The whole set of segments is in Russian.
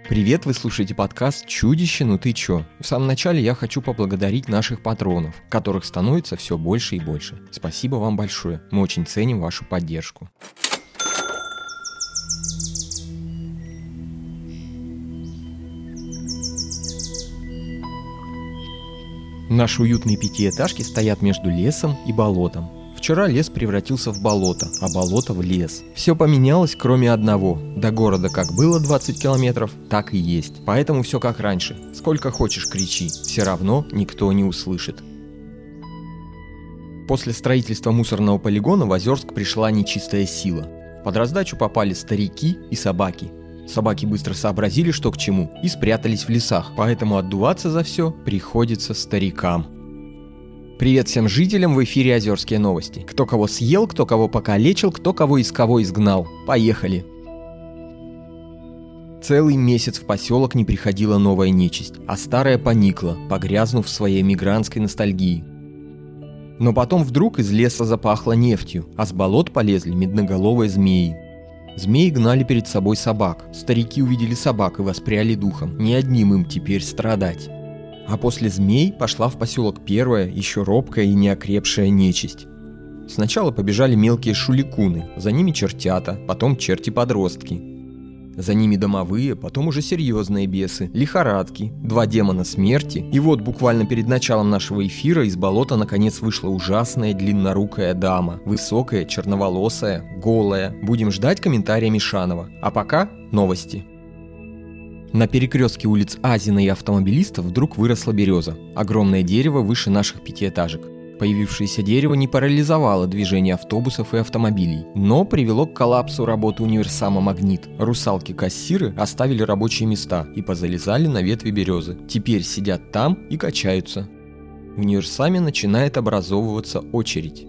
Привет, вы слушаете подкаст «Чудище, ну ты чё?». В самом начале я хочу поблагодарить наших патронов, которых становится все больше и больше. Спасибо вам большое, мы очень ценим вашу поддержку. Наши уютные пятиэтажки стоят между лесом и болотом. Вчера лес превратился в болото, а болото в лес. Все поменялось, кроме одного. До города как было 20 километров, так и есть. Поэтому все как раньше. Сколько хочешь кричи, все равно никто не услышит. После строительства мусорного полигона в Озерск пришла нечистая сила. Под раздачу попали старики и собаки. Собаки быстро сообразили, что к чему, и спрятались в лесах, поэтому отдуваться за все приходится старикам. Привет всем жителям, в эфире Озерские новости. Кто кого съел, кто кого покалечил, кто кого из кого изгнал. Поехали! Целый месяц в поселок не приходила новая нечисть, а старая поникла, погрязнув в своей мигрантской ностальгии. Но потом вдруг из леса запахло нефтью, а с болот полезли медноголовые змеи. Змеи гнали перед собой собак. Старики увидели собак и воспряли духом. Не одним им теперь страдать. А после змей пошла в поселок первая, еще робкая и неокрепшая нечисть. Сначала побежали мелкие шуликуны, за ними чертята, потом черти-подростки. За ними домовые, потом уже серьезные бесы, лихорадки, 2 демона смерти. И вот буквально перед началом нашего эфира из болота наконец вышла ужасная длиннорукая дама. Высокая, черноволосая, голая. Будем ждать комментария Мишанова. А пока новости. На перекрестке улиц Азина и Автомобилистов вдруг выросла береза. Огромное дерево выше наших пятиэтажек. Появившееся дерево не парализовало движение автобусов и автомобилей, но привело к коллапсу работы универсама «Магнит». Русалки-кассиры оставили рабочие места и позалезали на ветви березы. Теперь сидят там и качаются. В универсаме начинает образовываться очередь.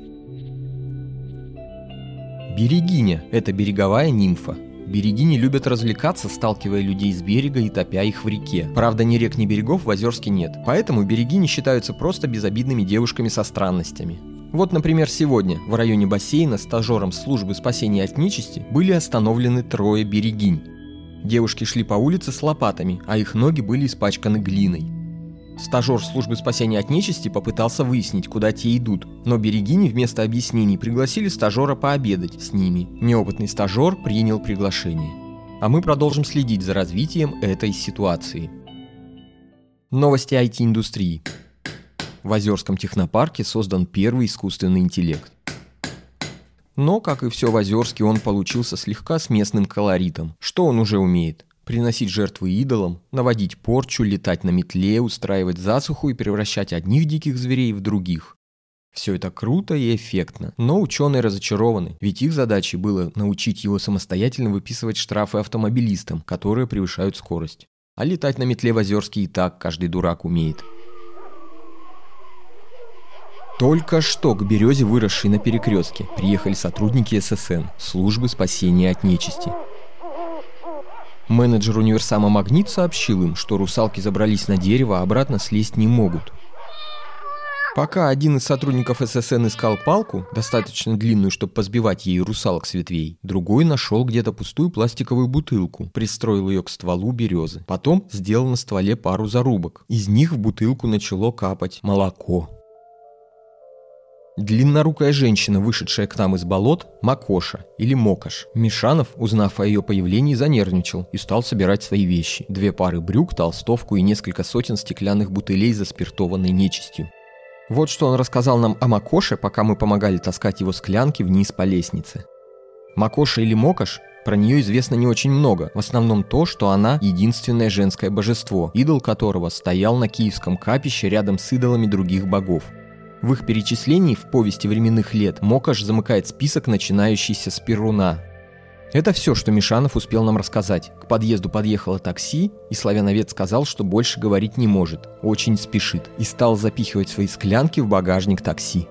Берегиня – это береговая нимфа. Берегини любят развлекаться, сталкивая людей с берега и топя их в реке. Правда, ни рек, ни берегов в Озерске нет, поэтому берегини считаются просто безобидными девушками со странностями. Вот, например, сегодня в районе бассейна стажером службы спасения от нечисти были остановлены 3 берегинь. Девушки шли по улице с лопатами, а их ноги были испачканы глиной. Стажер службы спасения от нечисти попытался выяснить, куда те идут, но берегини вместо объяснений пригласили стажера пообедать с ними. Неопытный стажер принял приглашение. А мы продолжим следить за развитием этой ситуации. Новости IT-индустрии. В Озерском технопарке создан первый искусственный интеллект. Но, как и все в Озерске, он получился слегка с местным колоритом. Что он уже умеет? Приносить жертвы идолам, наводить порчу, летать на метле, устраивать засуху и превращать одних диких зверей в других. Все это круто и эффектно, но ученые разочарованы, ведь их задачей было научить его самостоятельно выписывать штрафы автомобилистам, которые превышают скорость. А летать на метле в Озерске и так каждый дурак умеет. Только что к березе, выросшей на перекрестке, приехали сотрудники ССН, службы спасения от нечисти. Менеджер универсама «Магнит» сообщил им, что русалки забрались на дерево, а обратно слезть не могут. Пока один из сотрудников ССН искал палку, достаточно длинную, чтобы позбивать ею русалок с ветвей, другой нашел где-то пустую пластиковую бутылку, пристроил ее к стволу березы. Потом сделал на стволе пару зарубок. Из них в бутылку начало капать молоко. Длиннорукая женщина, вышедшая к нам из болот, Макоша или Мокаш. Мишанов, узнав о ее появлении, занервничал и стал собирать свои вещи. 2 пары брюк, толстовку и несколько сотен стеклянных бутылей заспиртованной нечистью. Вот что он рассказал нам о Макоше, пока мы помогали таскать его склянки вниз по лестнице. Макоша или Мокаш, про нее известно не очень много, в основном то, что она единственное женское божество, идол которого стоял на киевском капище рядом с идолами других богов. В их перечислении в повести временных лет Мокаш замыкает список, начинающийся с Перуна. Это все, что Мишанов успел нам рассказать. К подъезду подъехало такси, и славяновед сказал, что больше говорить не может, очень спешит, и стал запихивать свои склянки в багажник такси.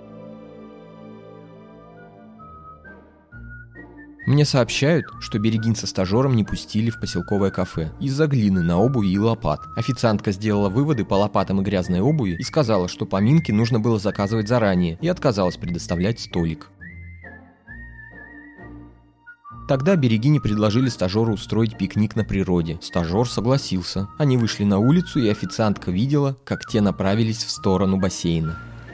Мне сообщают, что берегинь со стажером не пустили в поселковое кафе из-за глины на обуви и лопат. Официантка сделала выводы по лопатам и грязной обуви и сказала, что поминки нужно было заказывать заранее, и отказалась предоставлять столик. Тогда берегини предложили стажеру устроить пикник на природе. Стажер согласился. Они вышли на улицу, и официантка видела, как те направились в сторону бассейна.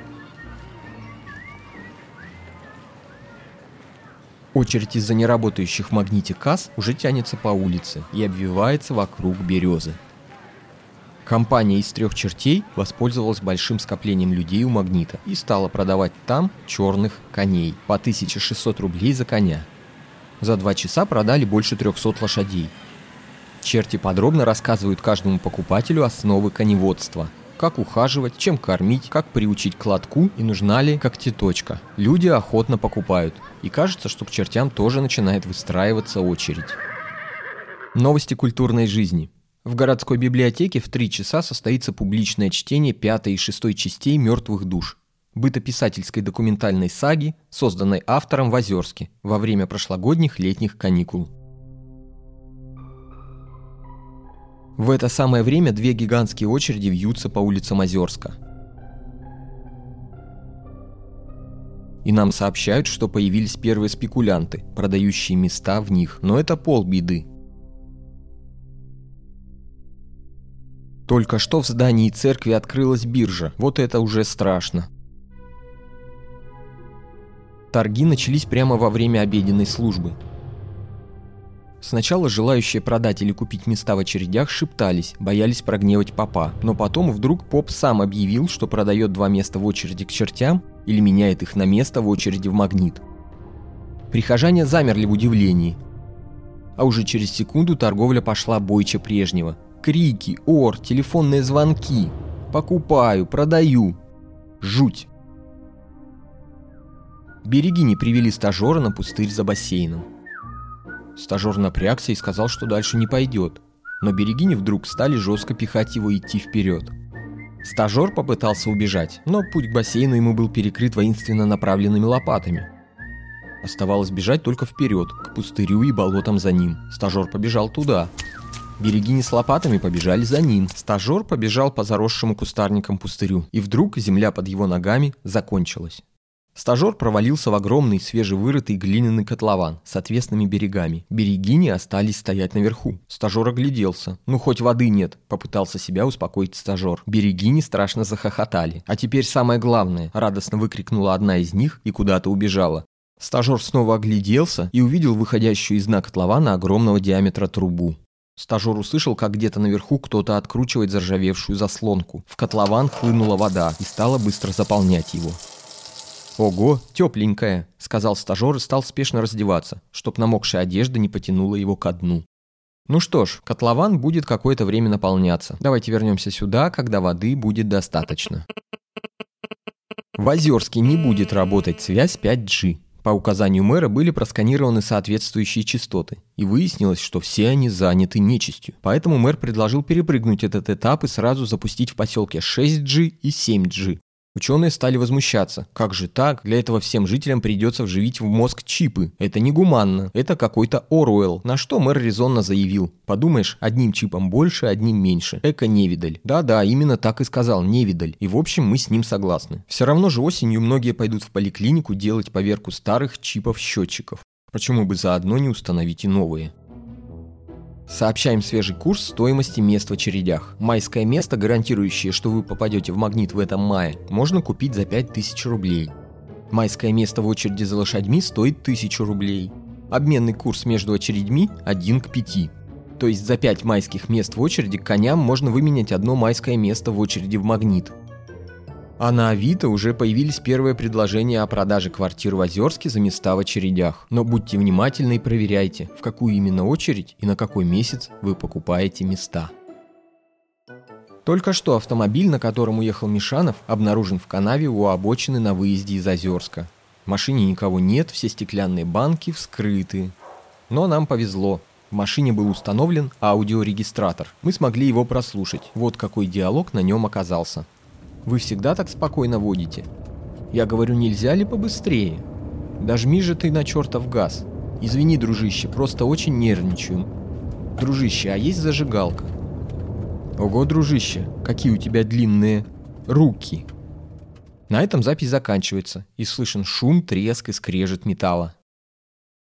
Очередь из-за неработающих в магните касс уже тянется по улице и обвивается вокруг березы. Компания из 3 чертей воспользовалась большим скоплением людей у магнита и стала продавать там черных коней по 1600 рублей за коня. За 2 часа продали больше 300 лошадей. Черти подробно рассказывают каждому покупателю основы коневодства. Как ухаживать, чем кормить, как приучить к лотку и нужна ли когтеточка. Люди охотно покупают. И кажется, что к чертям тоже начинает выстраиваться очередь. Новости культурной жизни. В городской библиотеке в 3 часа состоится публичное чтение 5 и 6 частей «Мертвых душ» бытописательской документальной саги, созданной автором в Озерске во время прошлогодних летних каникул. В это самое время 2 гигантские очереди вьются по улицам Озерска. И нам сообщают, что появились первые спекулянты, продающие места в них, но это полбеды. Только что в здании церкви открылась биржа, вот это уже страшно. Торги начались прямо во время обеденной службы. Сначала желающие продать или купить места в очередях шептались, боялись прогневать попа, но потом вдруг поп сам объявил, что продает 2 места в очереди к чертям или меняет их на место в очереди в магнит. Прихожане замерли в удивлении. А уже через секунду торговля пошла бойче прежнего. Крики, ор, телефонные звонки. Покупаю, продаю. Жуть. Берегини привели стажера на пустырь за бассейном. Стажер напрягся и сказал, что дальше не пойдет. Но берегини вдруг стали жестко пихать его идти вперед. Стажер попытался убежать, но путь к бассейну ему был перекрыт воинственно направленными лопатами. Оставалось бежать только вперед, к пустырю и болотам за ним. Стажер побежал туда. Берегини с лопатами побежали за ним. Стажер побежал по заросшему кустарникам пустырю, и вдруг земля под его ногами закончилась. Стажер провалился в огромный свежевырытый глиняный котлован с отвесными берегами. Берегини остались стоять наверху. Стажер огляделся. «Ну, хоть воды нет», — попытался себя успокоить стажер. Берегини страшно захохотали. «А теперь самое главное», — радостно выкрикнула одна из них и куда-то убежала. Стажер снова огляделся и увидел выходящую из дна котлована огромного диаметра трубу. Стажер услышал, как где-то наверху кто-то откручивает заржавевшую заслонку. В котлован хлынула вода и стала быстро заполнять его. «Ого, тепленькая», — сказал стажер и стал спешно раздеваться, чтоб намокшая одежда не потянула его ко дну. «Ну что ж, котлован будет какое-то время наполняться. Давайте вернемся сюда, когда воды будет достаточно». В Озерске не будет работать связь 5G. По указанию мэра были просканированы соответствующие частоты, и выяснилось, что все они заняты нечистью. Поэтому мэр предложил перепрыгнуть этот этап и сразу запустить в поселке 6G и 7G. Ученые стали возмущаться. Как же так? Для этого всем жителям придется вживить в мозг чипы. Это негуманно. Это какой-то Оруэлл. На что мэр резонно заявил. Подумаешь, одним чипом больше, одним меньше. Эко-невидаль. Да-да, именно так и сказал, невидаль. И в общем мы с ним согласны. Все равно же осенью многие пойдут в поликлинику делать поверку старых чипов-счетчиков. Почему бы заодно не установить и новые? Сообщаем свежий курс стоимости мест в очередях. Майское место, гарантирующее, что вы попадете в магнит в этом мае, можно купить за 5000 рублей. Майское место в очереди за лошадьми стоит 1000 рублей. Обменный курс между очередьми 1 к 5. То есть за 5 майских мест в очереди к коням можно выменять одно майское место в очереди в магнит. А на Авито уже появились первые предложения о продаже квартир в Озерске за места в очередях. Но будьте внимательны и проверяйте, в какую именно очередь и на какой месяц вы покупаете места. Только что автомобиль, на котором уехал Мишанов, обнаружен в канаве у обочины на выезде из Озерска. В машине никого нет, все стеклянные банки вскрыты. Но нам повезло. В машине был установлен аудиорегистратор. Мы смогли его прослушать. Вот какой диалог на нем оказался. Вы всегда так спокойно водите? Я говорю, нельзя ли побыстрее? Дожми же ты на чертов газ. Извини, дружище, просто очень нервничаю. Дружище, а есть зажигалка? Ого, дружище, какие у тебя длинные руки. На этом запись заканчивается, и слышен шум, треск и скрежет металла.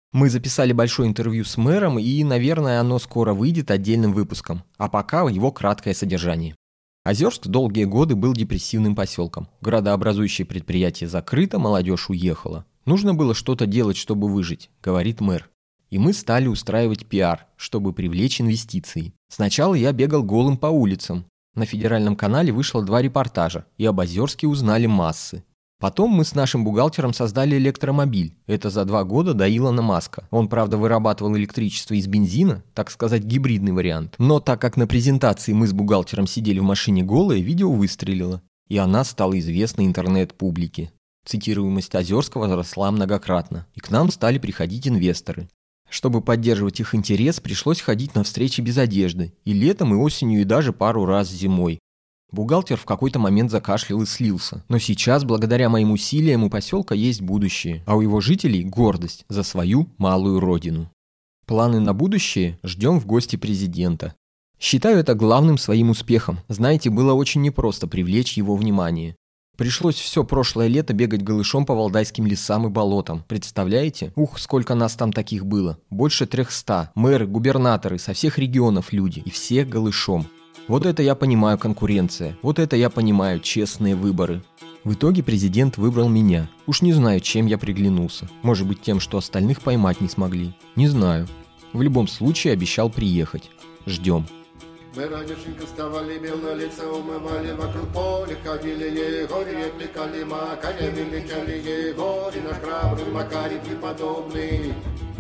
Мы записали большое интервью с мэром, и, наверное, оно скоро выйдет отдельным выпуском. А пока его краткое содержание. Озерск долгие годы был депрессивным поселком. Градообразующее предприятие закрыто, молодежь уехала. Нужно было что-то делать, чтобы выжить, говорит мэр. И мы стали устраивать пиар, чтобы привлечь инвестиции. Сначала я бегал голым по улицам. На федеральном канале вышло 2 репортажа, и об Озерске узнали массы. Потом мы с нашим бухгалтером создали электромобиль. Это за 2 года до Илона Маска. Он, правда, вырабатывал электричество из бензина, так сказать, гибридный вариант. Но так как на презентации мы с бухгалтером сидели в машине голые, видео выстрелило. И она стала известна интернет-публике. Цитируемость Озерска возросла многократно. И к нам стали приходить инвесторы. Чтобы поддерживать их интерес, пришлось ходить на встречи без одежды. И летом, и осенью, и даже пару раз зимой. Бухгалтер в какой-то момент закашлял и слился. Но сейчас, благодаря моим усилиям, у поселка есть будущее, а у его жителей гордость за свою малую родину. Планы на будущее ждем в гости президента. Считаю это главным своим успехом. Знаете, было очень непросто привлечь его внимание. Пришлось все прошлое лето бегать голышом по валдайским лесам и болотам. Представляете? Ух, сколько нас там таких было. Больше 300. Мэры, губернаторы, со всех регионов люди. И все голышом. Вот это я понимаю конкуренция, вот это я понимаю честные выборы. В итоге президент выбрал меня. Уж не знаю, чем я приглянулся. Может быть, тем, что остальных поймать не смогли. Не знаю. В любом случае обещал приехать. Ждем. Мы ранешенько вставали, белое лицо умывали, вокруг поля ходили Егорья, кликали Макаря, величали Егорий, наш храбрый Макарий преподобный.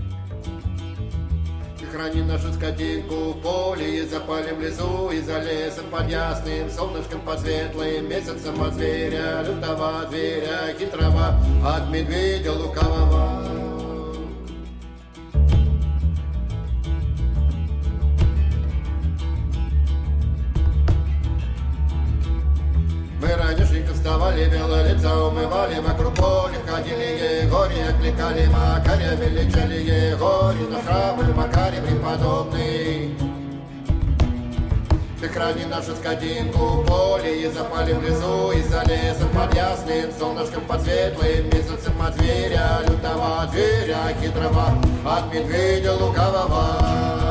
Храни нашу скотинку в поле, и запалим в лесу, и за лесом под ясным солнышком, под светлым месяцем от зверя, лютого зверя, хитрого, от медведя лукавого. Мы ранешенько вставали, белое лицо умывали, вокруг поля ходили Егория, кликали Макаря, величали Егорий, наш храбрый Макарий преподобный. Ты храни нашу скотинку в поле, и запали в лесу, и за лесом под ясным солнышком, под светлым месяцем от зверя, лютого зверя, хитрого, от медведя лукавого.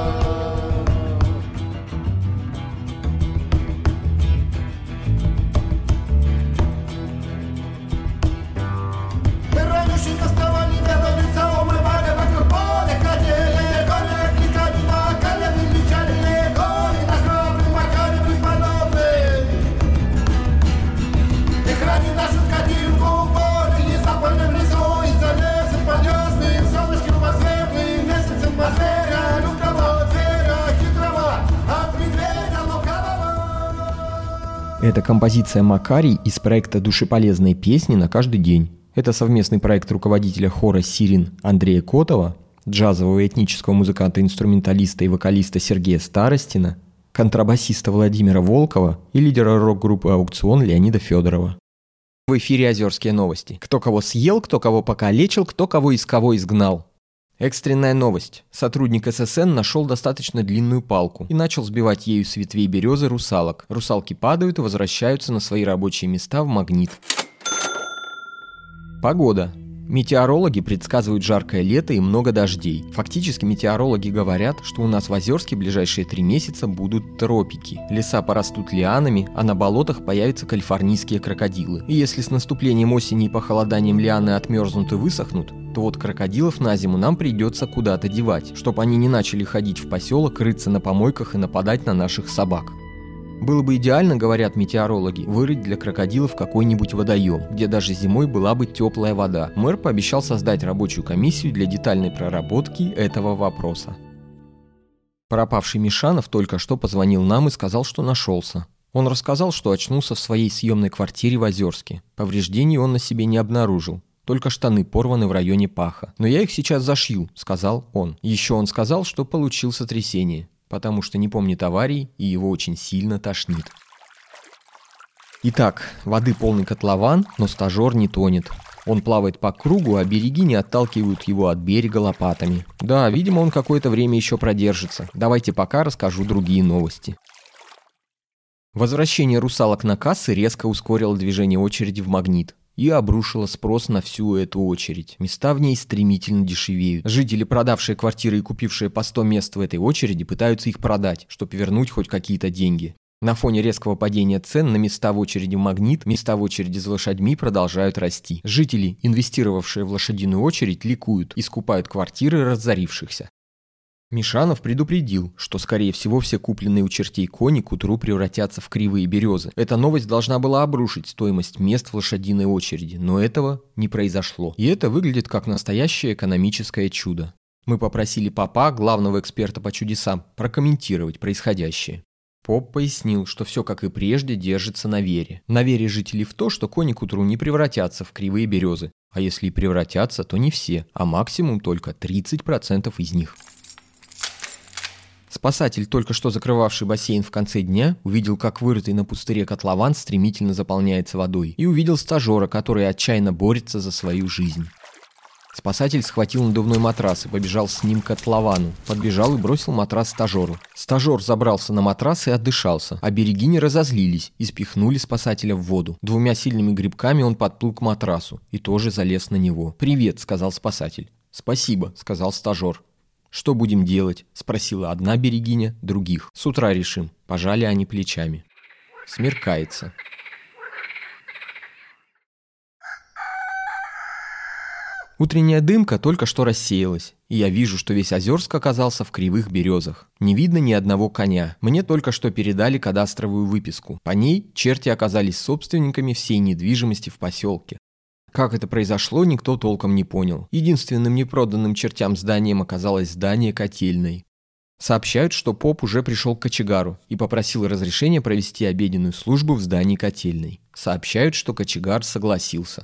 Это композиция «Макарий» из проекта «Душеполезные песни на каждый день». Это совместный проект руководителя хора «Сирин» Андрея Котова, джазового этнического музыканта-инструменталиста и вокалиста Сергея Старостина, контрабасиста Владимира Волкова и лидера рок-группы «Аукцион» Леонида Федорова. В эфире «Озерские новости». Кто кого съел, кто кого покалечил, кто кого изгнал. Экстренная новость. Сотрудник ССН нашел достаточно длинную палку и начал сбивать ею с ветвей березы русалок. Русалки падают и возвращаются на свои рабочие места в Магнит. Погода. Метеорологи предсказывают жаркое лето и много дождей. Фактически метеорологи говорят, что у нас в Озерске ближайшие 3 месяца будут тропики. Леса порастут лианами, а на болотах появятся калифорнийские крокодилы. И если с наступлением осени и похолоданием лианы отмерзнут и высохнут, то вот крокодилов на зиму нам придется куда-то девать, чтобы они не начали ходить в поселок, рыться на помойках и нападать на наших собак. Было бы идеально, говорят метеорологи, вырыть для крокодилов какой-нибудь водоем, где даже зимой была бы теплая вода. Мэр пообещал создать рабочую комиссию для детальной проработки этого вопроса. Пропавший Мишанов только что позвонил нам и сказал, что нашелся. Он рассказал, что очнулся в своей съемной квартире в Озерске. Повреждений он на себе не обнаружил. Только штаны порваны в районе паха. «Но я их сейчас зашью», — сказал он. Еще он сказал, что получил сотрясение, потому что не помнит аварии и его очень сильно тошнит. Итак, воды полный котлован, но стажер не тонет. Он плавает по кругу, а береги не отталкивают его от берега лопатами. Да, видимо, он какое-то время еще продержится. Давайте пока расскажу другие новости. Возвращение русалок на кассы резко ускорило движение очереди в Магнит. и обрушила спрос на всю эту очередь. Места в ней стремительно дешевеют. Жители, продавшие квартиры и купившие по 100 мест в этой очереди, пытаются их продать, чтобы вернуть хоть какие-то деньги. На фоне резкого падения цен на места в очереди в «Магнит», места в очереди за лошадьми продолжают расти. Жители, инвестировавшие в лошадиную очередь, ликуют и скупают квартиры разорившихся. Мишанов предупредил, что, скорее всего, все купленные у чертей кони к утру превратятся в кривые березы. Эта новость должна была обрушить стоимость мест в лошадиной очереди, но этого не произошло. И это выглядит как настоящее экономическое чудо. Мы попросили попа, главного эксперта по чудесам, прокомментировать происходящее. Поп пояснил, что все, как и прежде, держится на вере. На вере жителей в то, что кони к утру не превратятся в кривые березы. А если и превратятся, то не все, а максимум только 30% из них. Спасатель, только что закрывавший бассейн в конце дня, увидел, как вырытый на пустыре котлован стремительно заполняется водой, и увидел стажера, который отчаянно борется за свою жизнь. Спасатель схватил надувной матрас и побежал с ним к котловану. Подбежал и бросил матрас стажеру. Стажер забрался на матрас и отдышался, а берегини разозлились и спихнули спасателя в воду. 2 сильными грибками он подплыл к матрасу и тоже залез на него. «Привет», — сказал спасатель. «Спасибо», — сказал стажер. «Что будем делать?» — спросила одна берегиня других. «С утра решим», — пожали они плечами. Смеркается. Утренняя дымка только что рассеялась, и я вижу, что весь Озерск оказался в кривых березах. Не видно ни одного коня. Мне только что передали кадастровую выписку. По ней черти оказались собственниками всей недвижимости в поселке. Как это произошло, никто толком не понял. Единственным непроданным чертям зданием оказалось здание котельной. Сообщают, что поп уже пришел к кочегару и попросил разрешения провести обеденную службу в здании котельной. Сообщают, что кочегар согласился.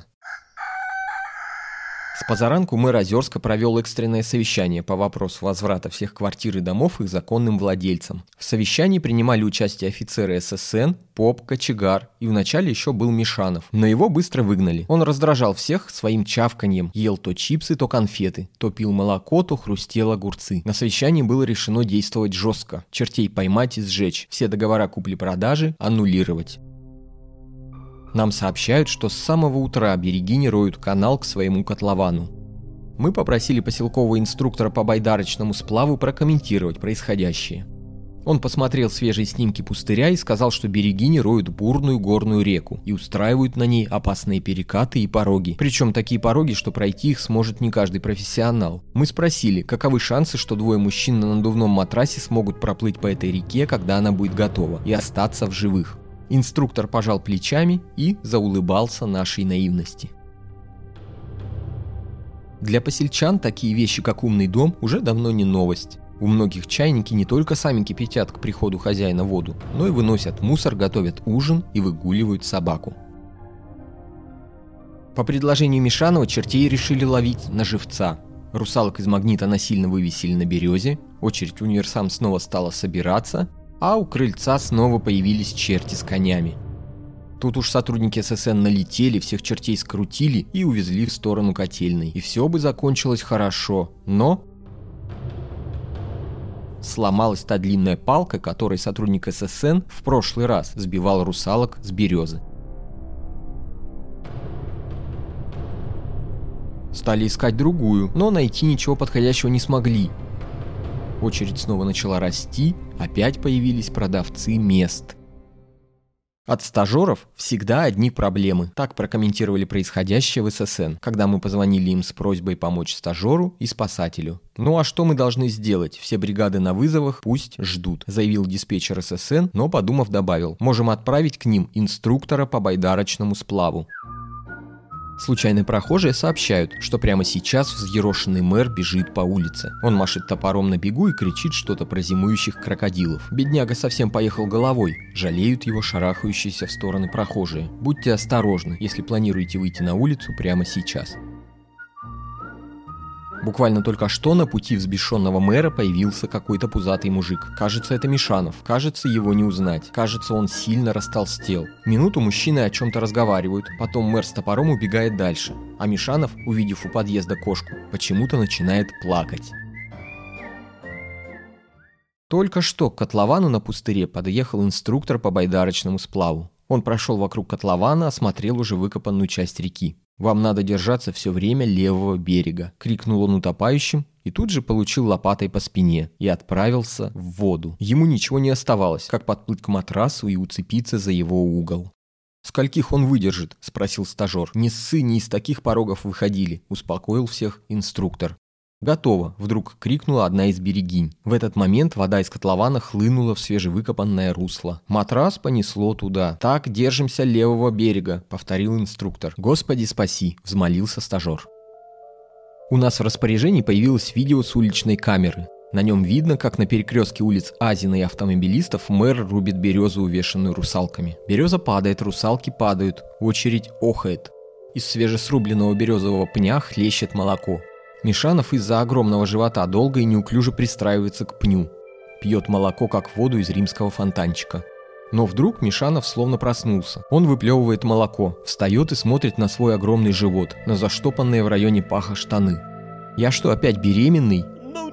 С позаранку мэр Озерска провел экстренное совещание по вопросу возврата всех квартир и домов их законным владельцам. В совещании принимали участие офицеры ССН, поп, кочегар и вначале еще был Мишанов. Но его быстро выгнали. Он раздражал всех своим чавканьем, ел то чипсы, то конфеты, то пил молоко, то хрустел огурцы. На совещании было решено действовать жестко. Чертей поймать и сжечь, все договора купли-продажи аннулировать. Нам сообщают, что с самого утра берегини роют канал к своему котловану. Мы попросили поселкового инструктора по байдарочному сплаву прокомментировать происходящее. Он посмотрел свежие снимки пустыря и сказал, что берегини роют бурную горную реку и устраивают на ней опасные перекаты и пороги. Причем такие пороги, что пройти их сможет не каждый профессионал. Мы спросили, каковы шансы, что 2 мужчин на надувном матрасе смогут проплыть по этой реке, когда она будет готова, и остаться в живых. Инструктор пожал плечами и заулыбался нашей наивности. Для посельчан такие вещи, как умный дом, уже давно не новость. У многих чайники не только сами кипятят к приходу хозяина воду, но и выносят мусор, готовят ужин и выгуливают собаку. По предложению Мишанова чертей решили ловить на живца. Русалок из «Магнита» насильно вывесили на березе, очередь в универсам снова стала собираться, а у крыльца снова появились черти с конями. Тут уж сотрудники ССН налетели, всех чертей скрутили и увезли в сторону котельной. И все бы закончилось хорошо, но... сломалась та длинная палка, которой сотрудник ССН в прошлый раз сбивал русалок с березы. Стали искать другую, но найти ничего подходящего не смогли. Очередь снова начала расти, опять появились продавцы мест. От стажеров всегда одни проблемы. Так прокомментировали происходящее в ССН, когда мы позвонили им с просьбой помочь стажеру и спасателю. «Ну а что мы должны сделать? Все бригады на вызовах, пусть ждут», заявил диспетчер ССН, но, подумав, добавил: «Можем отправить к ним инструктора по байдарочному сплаву». Случайные прохожие сообщают, что прямо сейчас взъерошенный мэр бежит по улице. Он машет топором на бегу и кричит что-то про зимующих крокодилов. Бедняга совсем поехал головой. Жалеют его шарахающиеся в стороны прохожие. Будьте осторожны, если планируете выйти на улицу прямо сейчас. Буквально только что на пути взбешенного мэра появился какой-то пузатый мужик. Кажется, это Мишанов. Кажется, его не узнать. Кажется, он сильно растолстел. Минуту мужчины о чем-то разговаривают. Потом мэр с топором убегает дальше. А Мишанов, увидев у подъезда кошку, почему-то начинает плакать. Только что к котловану на пустыре подъехал инструктор по байдарочному сплаву. Он прошел вокруг котлована, осмотрел уже выкопанную часть реки. «Вам надо держаться все время левого берега», — крикнул он утопающим, и тут же получил лопатой по спине и отправился в воду. Ему ничего не оставалось, как подплыть к матрасу и уцепиться за его угол. «Скольких он выдержит?» – спросил стажер. «Не ссы, не из таких порогов выходили», – успокоил всех инструктор. «Готово!» – вдруг крикнула одна из берегинь. В этот момент вода из котлована хлынула в свежевыкопанное русло. Матрас понесло туда. «Так, держимся левого берега», – повторил инструктор. «Господи, спаси!» – взмолился стажер. У нас в распоряжении появилось видео с уличной камеры. На нем видно, как на перекрестке улиц Азина и Автомобилистов мэр рубит березу, увешанную русалками. Береза падает, русалки падают, очередь охает. Из свежесрубленного березового пня хлещет молоко. Мишанов из-за огромного живота долго и неуклюже пристраивается к пню. Пьет молоко, как воду из римского фонтанчика. Но вдруг Мишанов словно проснулся. Он выплевывает молоко, встает и смотрит на свой огромный живот, на заштопанные в районе паха штаны. «Я что, опять беременный?»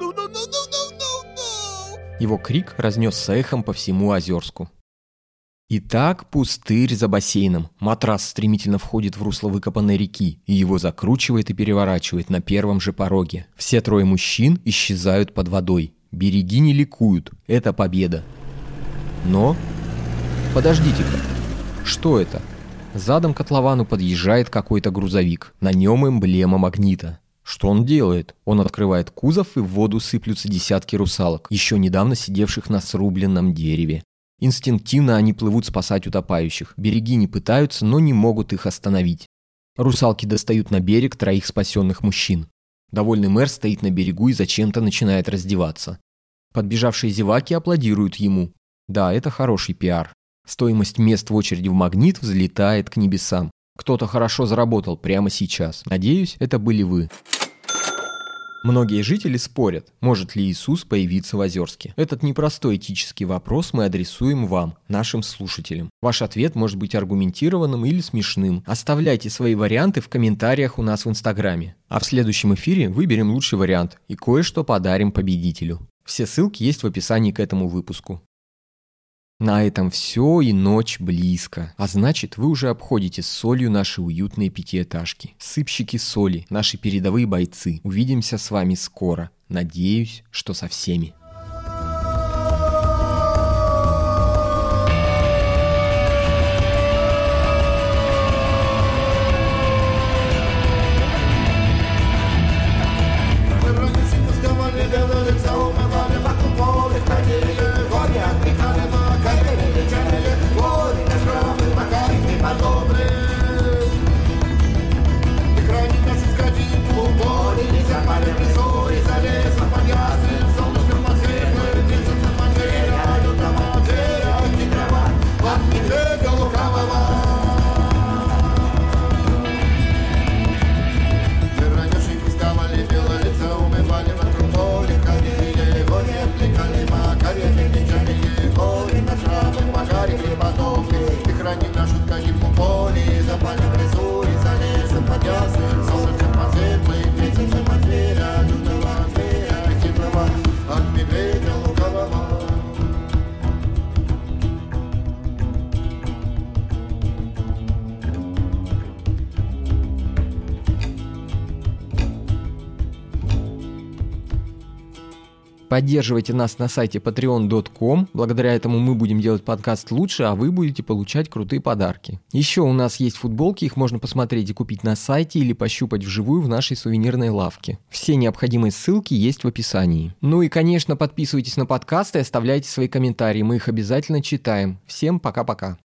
Его крик разнесся эхом по всему Озерску. Итак, пустырь за бассейном. Матрас стремительно входит в русло выкопанной реки, и его закручивает и переворачивает на первом же пороге. Все трое мужчин исчезают под водой. Берегини ликуют. Это победа. Но... Подождите-ка. Что это? Задом к котловану подъезжает какой-то грузовик. На нем эмблема магнита. Что он делает? Он открывает кузов, и в воду сыплются десятки русалок, еще недавно сидевших на срубленном дереве. Инстинктивно они плывут спасать утопающих. Берегини пытаются, но не могут их остановить. Русалки достают на берег троих спасенных мужчин. Довольный мэр стоит на берегу и зачем-то начинает раздеваться. Подбежавшие зеваки аплодируют ему. Да, это хороший пиар. Стоимость мест в очереди в «Магнит» взлетает к небесам. Кто-то хорошо заработал прямо сейчас. Надеюсь, это были вы. Многие жители спорят, может ли Иисус появиться в Озерске. Этот непростой этический вопрос мы адресуем вам, нашим слушателям. Ваш ответ может быть аргументированным или смешным. Оставляйте свои варианты в комментариях у нас в Инстаграме. А в следующем эфире выберем лучший вариант и кое-что подарим победителю. Все ссылки есть в описании к этому выпуску. На этом все, и ночь близко. А значит, вы уже обходите с солью наши уютные пятиэтажки. Сыпщики соли, наши передовые бойцы. Увидимся с вами скоро. Надеюсь, что со всеми. Поддерживайте нас на сайте patreon.com. Благодаря этому мы будем делать подкаст лучше, а вы будете получать крутые подарки. Еще у нас есть футболки, их можно посмотреть и купить на сайте или пощупать вживую в нашей сувенирной лавке. Все необходимые ссылки есть в описании. Ну и, конечно, подписывайтесь на подкаст и оставляйте свои комментарии, мы их обязательно читаем. Всем пока-пока.